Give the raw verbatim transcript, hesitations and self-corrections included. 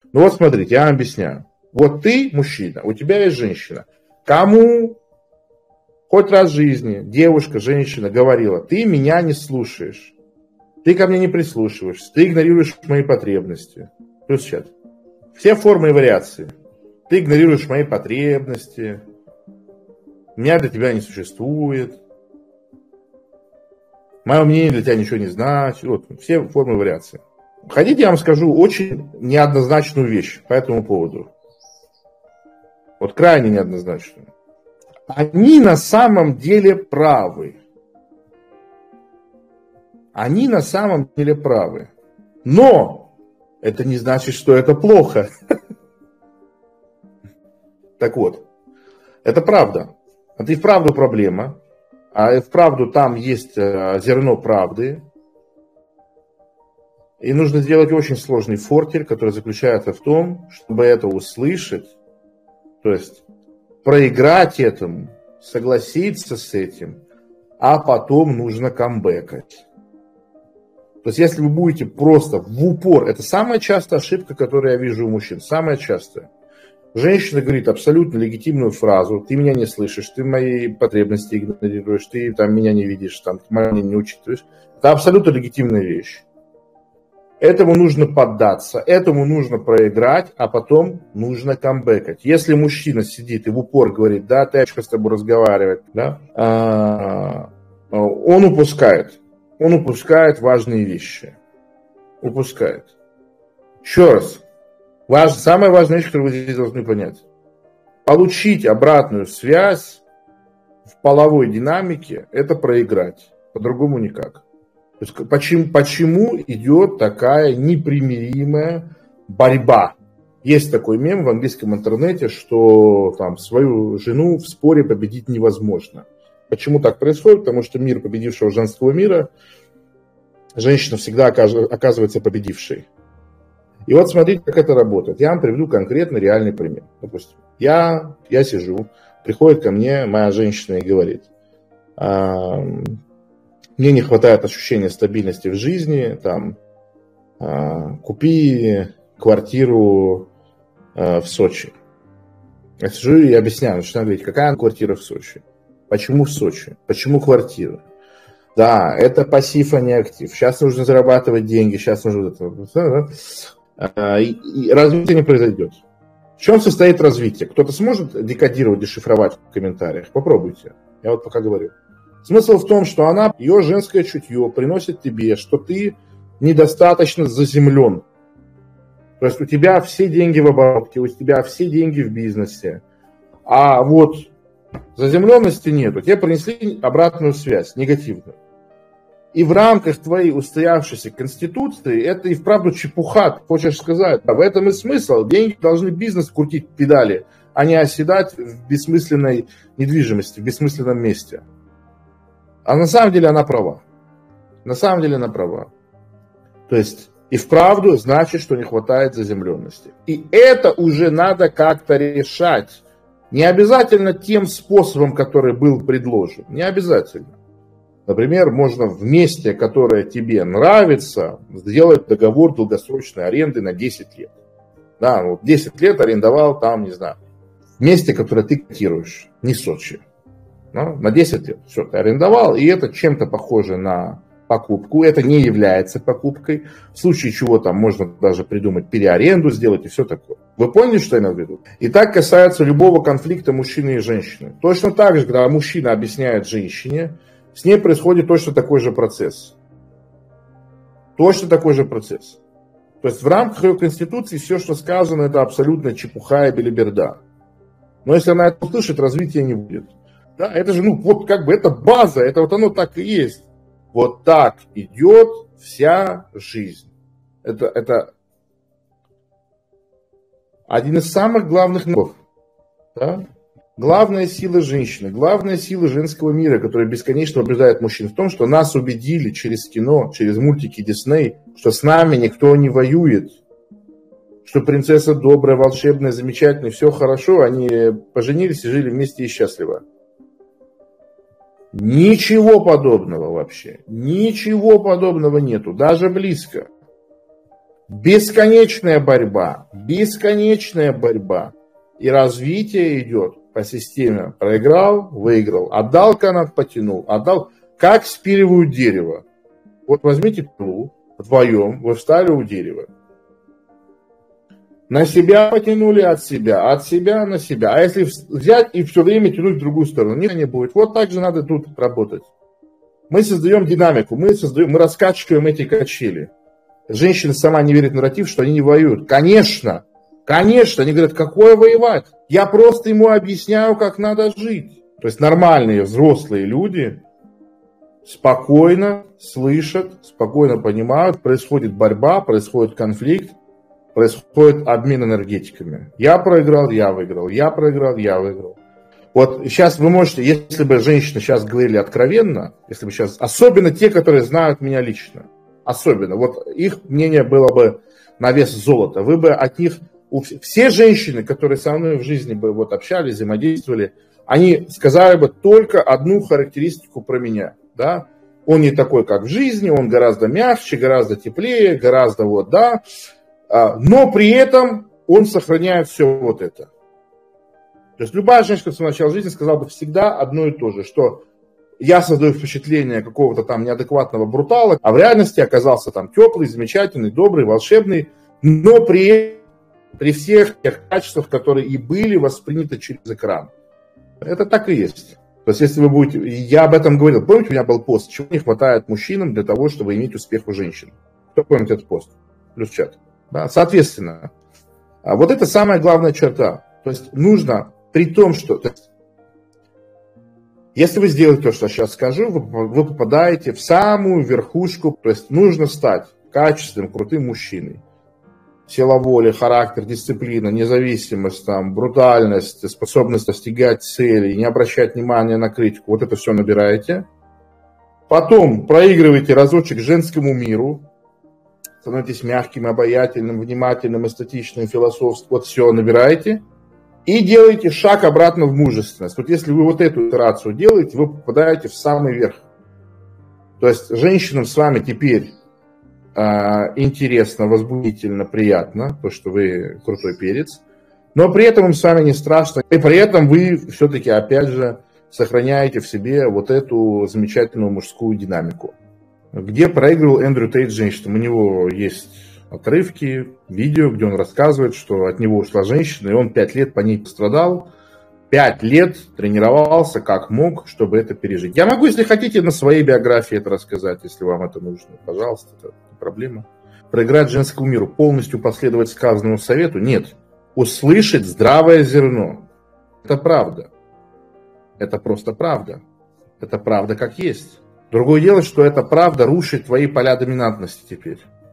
Ну вот смотрите, я вам объясняю. Вот ты мужчина, у тебя есть женщина. Кому хоть раз в жизни девушка, женщина говорила: ты меня не слушаешь, ты ко мне не прислушиваешься, ты игнорируешь мои потребности. Плюс чат. Все формы и вариации. Ты игнорируешь мои потребности, меня для тебя не существует, мое мнение для тебя ничего не значит. Вот, все формы и вариации. Хотите, я вам скажу очень неоднозначную вещь по этому поводу. Вот крайне неоднозначную. Они на самом деле правы. Они на самом деле правы. Но это не значит, что это плохо. Так вот, это правда. Это и вправду проблема. А и вправду там есть зерно правды. И нужно сделать очень сложный фортель, который заключается в том, чтобы это услышать, то есть проиграть этому, согласиться с этим, а потом нужно камбэкать. То есть если вы будете просто в упор, это самая частая ошибка, которую я вижу у мужчин, самая частая. Женщина говорит абсолютно легитимную фразу: ты меня не слышишь, ты мои потребности игнорируешь, ты там меня не видишь, там, ты меня не учитываешь. Это абсолютно легитимная вещь. Этому нужно поддаться, этому нужно проиграть, а потом нужно камбэкать. Если мужчина сидит и в упор говорит: да, ты с тобой разговаривать, да, а, он упускает, он упускает важные вещи. Упускает. Еще раз. Важ, самая важная вещь, которую вы здесь должны понять. Получить обратную связь в половой динамике – это проиграть. По-другому никак. То есть, почему, почему идет такая непримиримая борьба? Есть такой мем в английском интернете, что там свою жену в споре победить невозможно. Почему так происходит? Потому что мир победившего женского мира, женщина всегда оказывается победившей. И вот смотрите, как это работает. Я вам приведу конкретно реальный пример. Допустим, я, я сижу, приходит ко мне моя женщина и говорит: а, мне не хватает ощущения стабильности в жизни, там, а, купи квартиру а, в Сочи. Я сижу и объясняю, начинаю говорить: какая квартира в Сочи? Почему в Сочи? Почему квартира? Да, это пассив, а не актив. Сейчас нужно зарабатывать деньги, сейчас нужно... И, и развитие не произойдет. В чем состоит развитие? Кто-то сможет декодировать, дешифровать в комментариях? Попробуйте. Я вот пока говорю. Смысл в том, что она, ее женское чутье приносит тебе, что ты недостаточно заземлен. То есть у тебя все деньги в оборотке, у тебя все деньги в бизнесе. А вот заземленности нету. Тебе принесли обратную связь, негативную. И в рамках твоей устоявшейся конституции это и вправду чепуха, ты хочешь сказать. А в этом и смысл. Деньги должны бизнес крутить педали, а не оседать в бессмысленной недвижимости, в бессмысленном месте. А на самом деле она права. На самом деле она права. То есть и вправду значит, что не хватает заземленности. И это уже надо как-то решать. Не обязательно тем способом, который был предложен. Не обязательно. Например, можно в месте, которое тебе нравится, сделать договор долгосрочной аренды на десять лет. Да, вот десять лет арендовал там, не знаю, в месте, которое ты котируешь, не Сочи. Да, на десять лет. Все, ты арендовал, и это чем-то похоже на покупку. Это не является покупкой. В случае чего там можно даже придумать переаренду сделать и все такое. Вы поняли, что я имею в виду? И так касается любого конфликта мужчины и женщины. Точно так же, когда мужчина объясняет женщине, с ней происходит точно такой же процесс. Точно такой же процесс. То есть в рамках ее конституции все, что сказано, это абсолютно чепуха и белиберда. Но если она это услышит, развития не будет. Да, это же, ну, вот как бы это база, это вот оно так и есть. Вот так идет вся жизнь. Это, это один из самых главных навыков. Да? Главная сила женщины, главная сила женского мира, которая бесконечно побеждает мужчин, в том, что нас убедили через кино, через мультики Дисней, что с нами никто не воюет, что принцесса добрая, волшебная, замечательная, все хорошо, они поженились и жили вместе и счастливо. Ничего подобного вообще, ничего подобного нету, даже близко. Бесконечная борьба, бесконечная борьба. И развитие идет по системе. Проиграл, выиграл, отдал канат, потянул, отдал. Как спиливают дерево. Вот возьмите пилу, вдвоем, вы встали у дерева. На себя потянули, от себя, от себя на себя. А если взять и все время тянуть в другую сторону, ничего не будет. Вот так же надо тут работать. Мы создаем динамику, мы создаем, мы раскачиваем эти качели. Женщина сама не верит в нарратив, что они не воюют. Конечно, конечно, они говорят, какое воевать? Я просто ему объясняю, как надо жить. То есть нормальные взрослые люди спокойно слышат, спокойно понимают, происходит борьба, происходит конфликт, происходит обмен энергетиками. Я проиграл, я выиграл, я проиграл, я выиграл. Вот сейчас вы можете, если бы женщины сейчас говорили откровенно, если бы сейчас, особенно те, которые знают меня лично, особенно, вот их мнение было бы на вес золота, вы бы от них, все женщины, которые со мной в жизни бы вот общались, взаимодействовали, они сказали бы только одну характеристику про меня, да, он не такой, как в жизни, он гораздо мягче, гораздо теплее, гораздо вот, да, но при этом он сохраняет все вот это. То есть любая женщина в начале жизни сказала бы всегда одно и то же, что я создаю впечатление какого-то там неадекватного брутала, а в реальности оказался там теплый, замечательный, добрый, волшебный, но при, при всех тех качествах, которые и были восприняты через экран. Это так и есть. То есть если вы будете, я об этом говорил, помните, у меня был пост, чего не хватает мужчинам для того, чтобы иметь успех у женщин. Кто помнит этот пост? Плюс чат. Да, соответственно, вот это самая главная черта. То есть нужно, при том, что... То есть, если вы сделаете то, что я сейчас скажу, вы, вы попадаете в самую верхушку. То есть нужно стать качественным, крутым мужчиной. Сила воли, характер, дисциплина, независимость, там, брутальность, способность достигать целей, не обращать внимания на критику. Вот это все набираете. Потом проигрываете разочек женскому миру. Становитесь мягким, обаятельным, внимательным, эстетичным, философским. Вот все набираете. И делаете шаг обратно в мужественность. Вот если вы вот эту итерацию делаете, вы попадаете в самый верх. То есть женщинам с вами теперь э, интересно, возбудительно, приятно, то, что вы крутой перец. Но при этом им с вами не страшно. И при этом вы все-таки, опять же, сохраняете в себе вот эту замечательную мужскую динамику. Где проигрывал Эндрю Тейт женщинам. У него есть отрывки, видео, где он рассказывает, что от него ушла женщина, и он пять лет по ней пострадал. Пять лет тренировался как мог, чтобы это пережить. Я могу, если хотите, на своей биографии это рассказать, если вам это нужно. Пожалуйста, это не проблема. Проиграть женскому миру, полностью последовать сказанному совету? Нет. Услышать здравое зерно. Это правда. Это просто правда. Это правда как есть. Другое дело, что эта правда рушит твои поля доминантности теперь.